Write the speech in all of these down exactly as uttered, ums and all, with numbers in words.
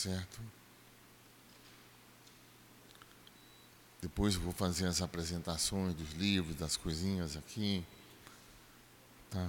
certo? Depois eu vou fazer as apresentações dos livros, das coisinhas aqui. Tá?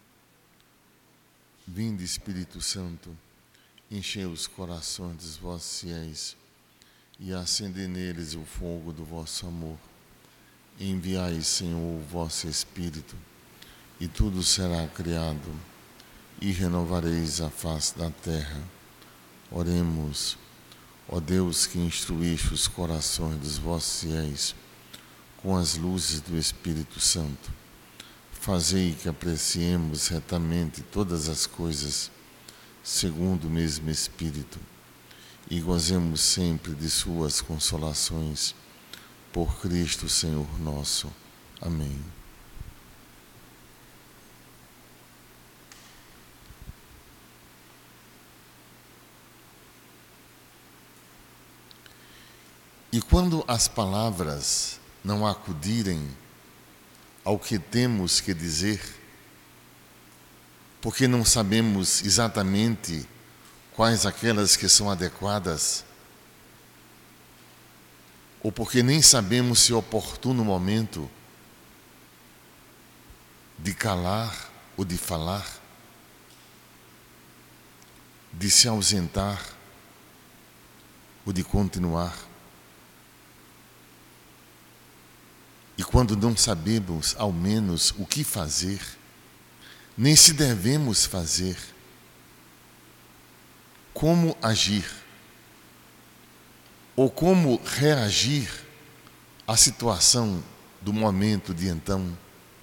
Vinde, Espírito Santo, enchei os corações dos vossos fiéis e acendei neles o fogo do vosso amor. Enviai, Senhor, o vosso Espírito, e tudo será criado, e renovareis a face da terra. Oremos. Ó Deus, que instruíste os corações dos vossos fiéis com as luzes do Espírito Santo, fazei que apreciemos retamente todas as coisas, segundo o mesmo Espírito, e gozemos sempre de suas consolações, por Cristo Senhor nosso. Amém. E quando as palavras não acudirem ao que temos que dizer, porque não sabemos exatamente quais aquelas que são adequadas, ou porque nem sabemos se é oportuno o momento de calar ou de falar, de se ausentar ou de continuar. E quando não sabemos, ao menos, o que fazer, nem se devemos fazer, como agir, ou como reagir à situação do momento de então,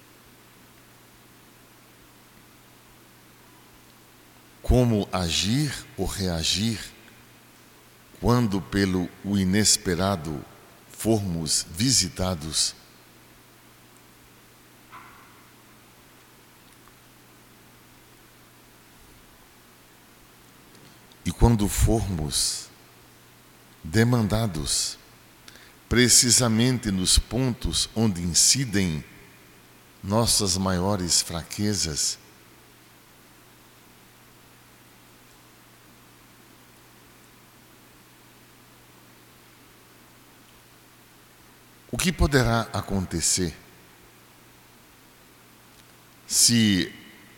como agir ou reagir quando pelo o inesperado formos visitados. E quando formos demandados, precisamente nos pontos onde incidem nossas maiores fraquezas, o que poderá acontecer se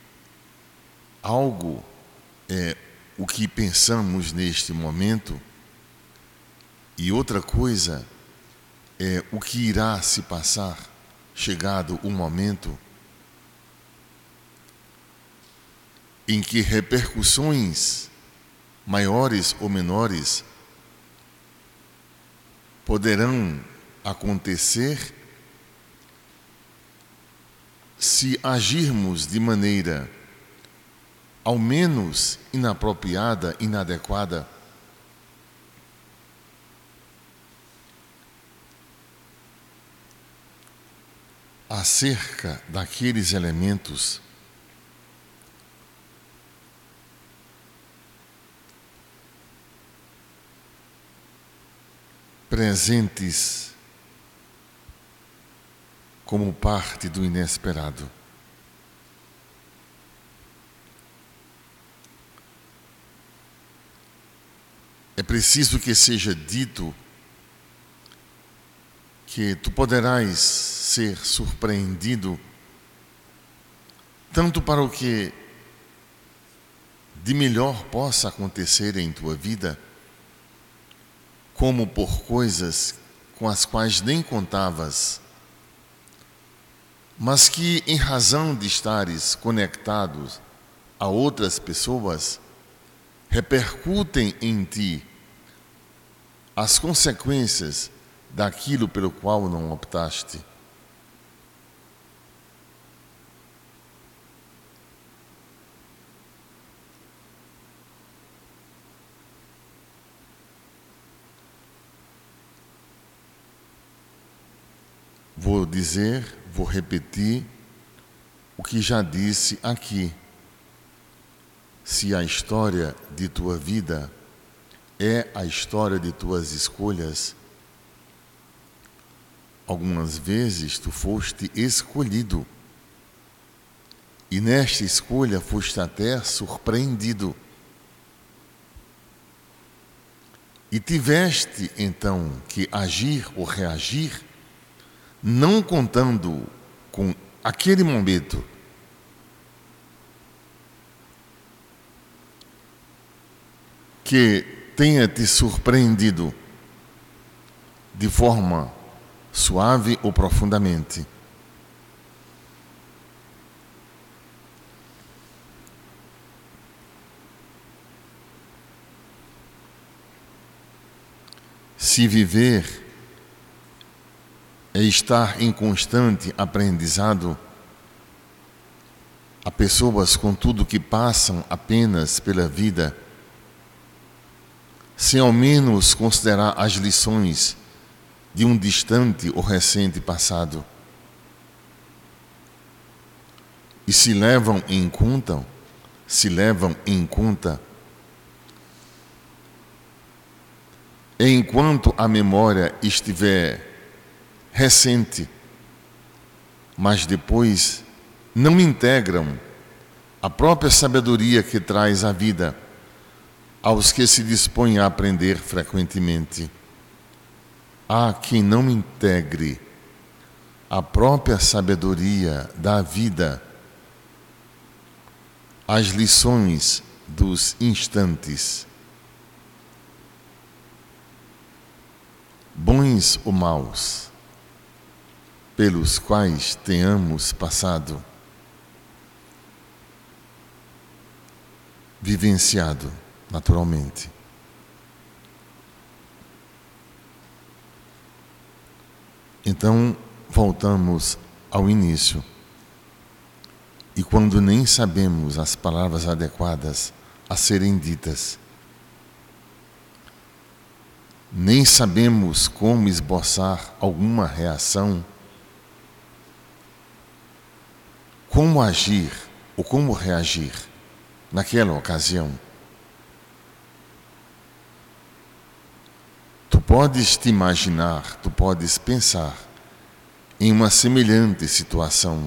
algo é o que pensamos neste momento, e outra coisa é o que irá se passar, chegado o momento em que repercussões maiores ou menores poderão acontecer se agirmos de maneira ao menos inapropriada, inadequada, acerca daqueles elementos presentes como parte do inesperado. É preciso que seja dito que tu poderás ser surpreendido tanto para o que de melhor possa acontecer em tua vida, como por coisas com as quais nem contavas, mas que, em razão de estares conectados a outras pessoas, repercutem em ti as consequências daquilo pelo qual não optaste. Vou dizer, vou repetir o que já disse aqui. Se a história de tua vida é a história de tuas escolhas, algumas vezes tu foste escolhido e nesta escolha foste até surpreendido. E tiveste, então, que agir ou reagir, não contando com aquele momento que tenha te surpreendido de forma suave ou profundamente. Se viver é estar em constante aprendizado, há pessoas, contudo, que passam apenas pela vida sem ao menos considerar as lições de um distante ou recente passado. E se levam em conta, se levam em conta, enquanto a memória estiver recente, mas depois não integram a própria sabedoria que traz a vida aos que se dispõem a aprender frequentemente. Há quem não integre a própria sabedoria da vida às lições dos instantes, bons ou maus, pelos quais tenhamos passado, vivenciado naturalmente. Então, voltamos ao início. E quando nem sabemos as palavras adequadas a serem ditas, nem sabemos como esboçar alguma reação, como agir ou como reagir naquela ocasião, tu podes te imaginar, tu podes pensar em uma semelhante situação.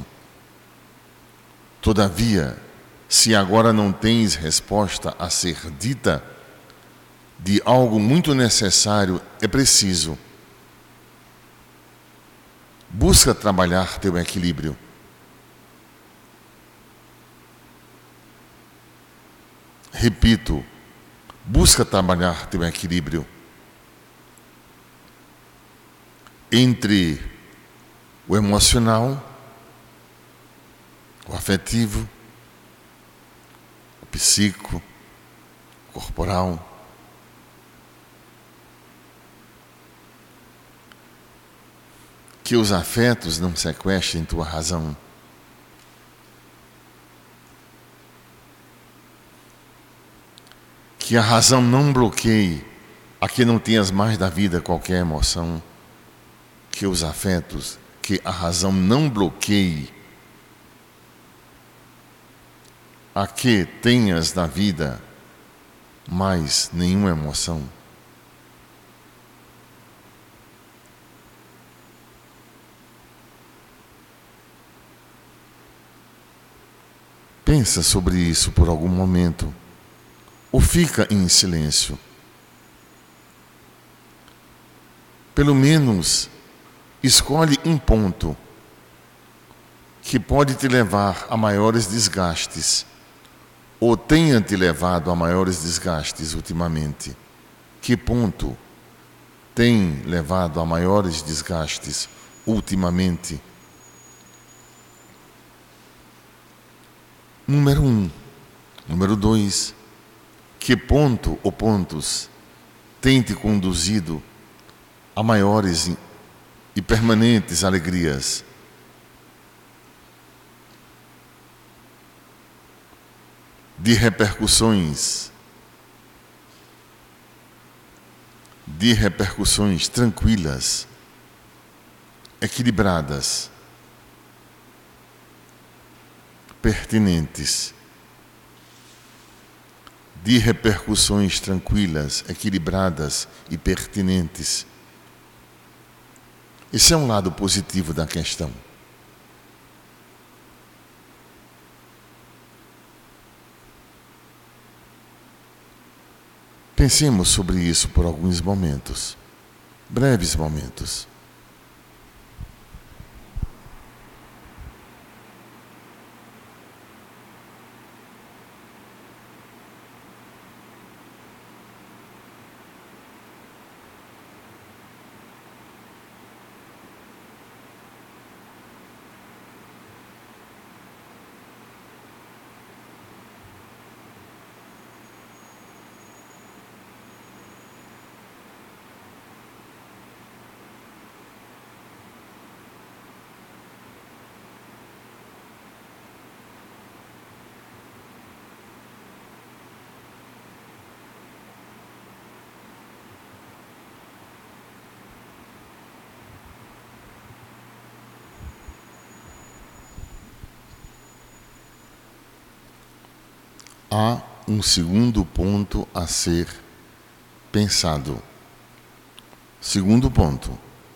Todavia, se agora não tens resposta a ser dita de algo muito necessário, é preciso. Busca trabalhar teu equilíbrio. Repito, busca trabalhar teu equilíbrio entre o emocional, o afetivo, o psíquico, o corporal. Que os afetos não sequestrem tua razão. Que a razão não bloqueie a que não tenhas mais da vida qualquer emoção. Que os afetos, que a razão não bloqueie a que tenhas da vida mais nenhuma emoção. Pensa sobre isso por algum momento, ou fica em silêncio. Pelo menos escolhe um ponto que pode te levar a maiores desgastes, ou tenha te levado a maiores desgastes ultimamente. Que ponto tem levado a maiores desgastes ultimamente? Número um. Número dois. Que ponto ou pontos tem te conduzido a maiores e permanentes alegrias? De repercussões, de repercussões tranquilas, equilibradas, pertinentes, de repercussões tranquilas, equilibradas e pertinentes. Esse é um lado positivo da questão. Pensemos sobre isso por alguns momentos, breves momentos. Há um segundo ponto a ser pensado. Segundo ponto.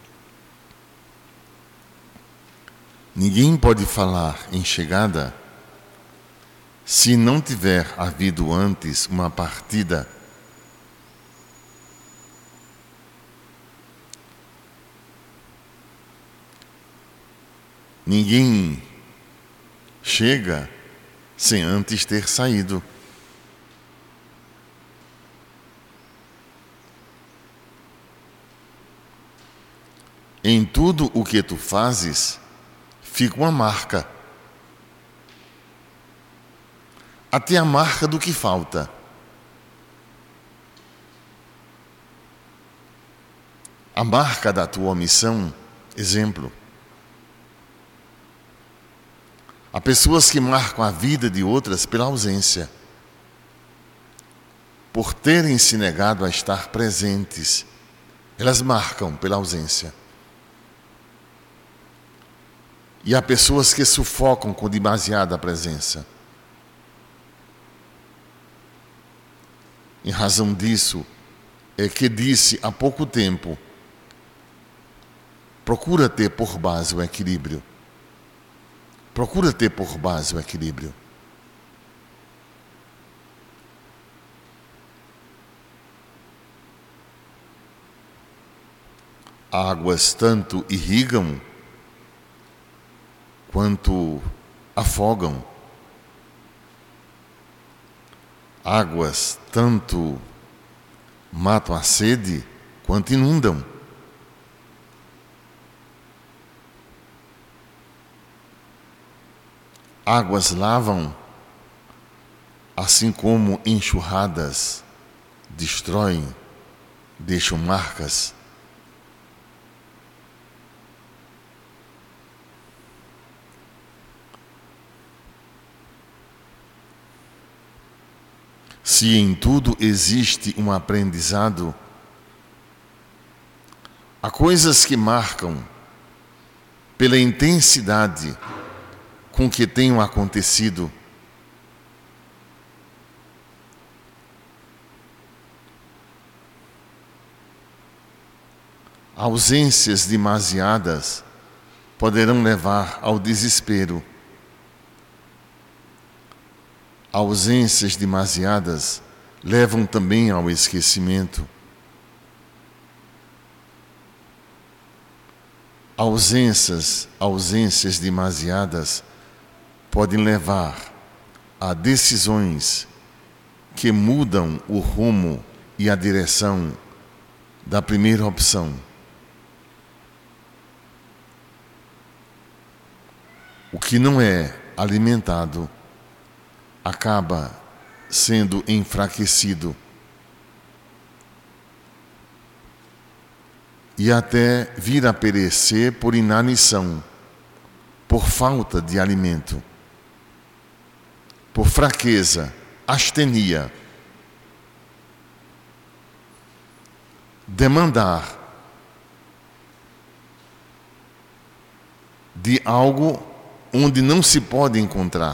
Ninguém pode falar em chegada se não tiver havido antes uma partida. Ninguém chega sem antes ter saído. Em tudo o que tu fazes, fica uma marca. Até a marca do que falta. A marca da tua omissão, exemplo. Há pessoas que marcam a vida de outras pela ausência, por terem se negado a estar presentes. Elas marcam pela ausência. E há pessoas que sufocam com demasiada presença. Em razão disso, é que disse há pouco tempo, procura ter por base o equilíbrio. Procura ter por base o equilíbrio. Águas tanto irrigam quanto afogam. Águas tanto matam a sede quanto inundam. Águas lavam, assim como enxurradas destroem, deixam marcas. Se em tudo existe um aprendizado, há coisas que marcam pela intensidade com que tenham acontecido. Ausências demasiadas poderão levar ao desespero. Ausências demasiadas levam também ao esquecimento. Ausências, ausências demasiadas podem levar a decisões que mudam o rumo e a direção da primeira opção. O que não é alimentado acaba sendo enfraquecido e até vir a perecer por inanição, por falta de alimento, por fraqueza, astenia. Demandar de algo onde não se pode encontrar.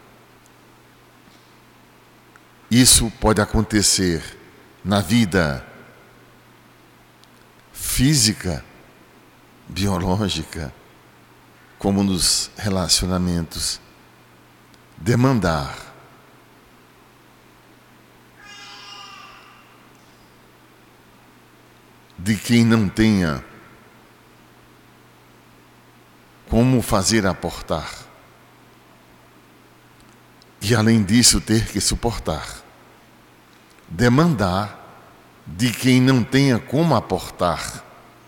Isso pode acontecer na vida física, biológica, como nos relacionamentos. Demandar. de quem não tenha como fazer aportar. E além disso, ter que suportar. Demandar de quem não tenha como aportar.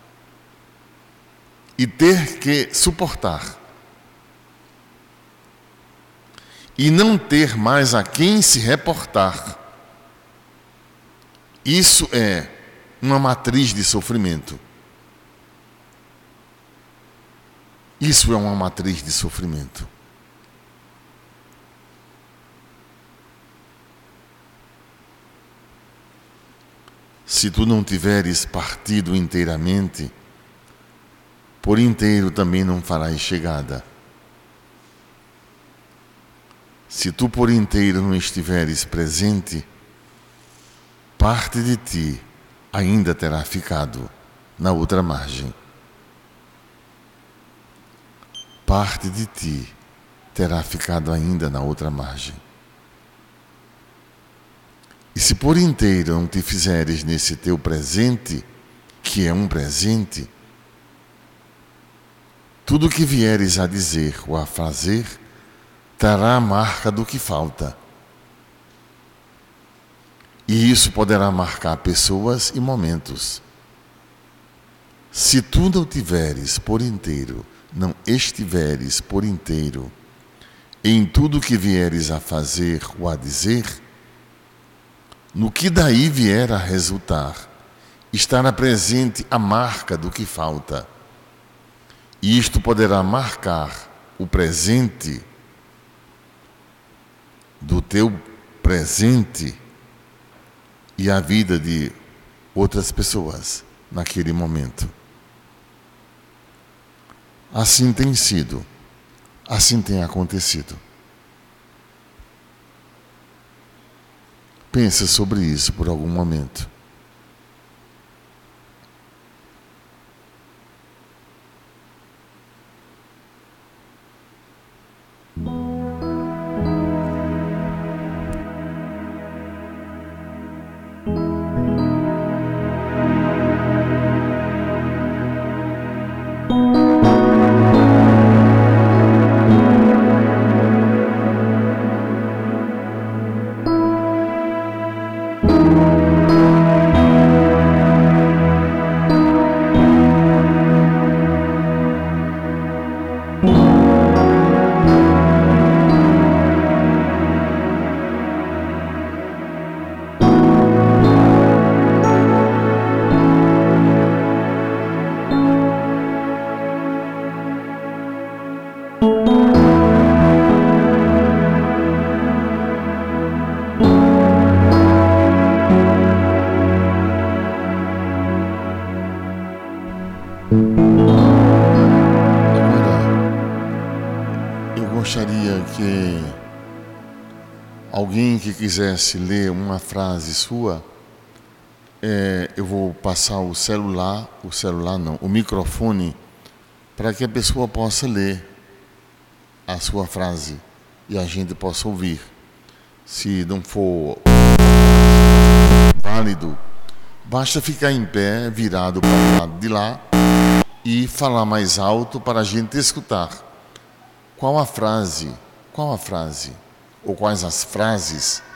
E ter que suportar. E não ter mais a quem se reportar. Isso é uma matriz de sofrimento. Isso é uma matriz de sofrimento. Se tu não tiveres partido inteiramente, por inteiro também não farás chegada. Se tu por inteiro não estiveres presente, parte de ti ainda terá ficado na outra margem. Parte de ti terá ficado ainda na outra margem. E se por inteiro não te fizeres nesse teu presente, que é um presente, tudo que vieres a dizer ou a fazer terá a marca do que falta. E isso poderá marcar pessoas e momentos. Se tu não tiveres por inteiro, não estiveres por inteiro em tudo que vieres a fazer ou a dizer, no que daí vier a resultar, estará presente a marca do que falta. E isto poderá marcar o presente do teu presente e a vida de outras pessoas naquele momento. Assim tem sido, assim tem acontecido. Pensa sobre isso por algum momento. Gostaria que alguém que quisesse ler uma frase sua, é, eu vou passar o celular, o celular não, o microfone, para que a pessoa possa ler a sua frase e a gente possa ouvir. Se não for válido, basta ficar em pé, virado para o lado de lá e falar mais alto para a gente escutar. Qual a frase, qual a frase, ou quais as frases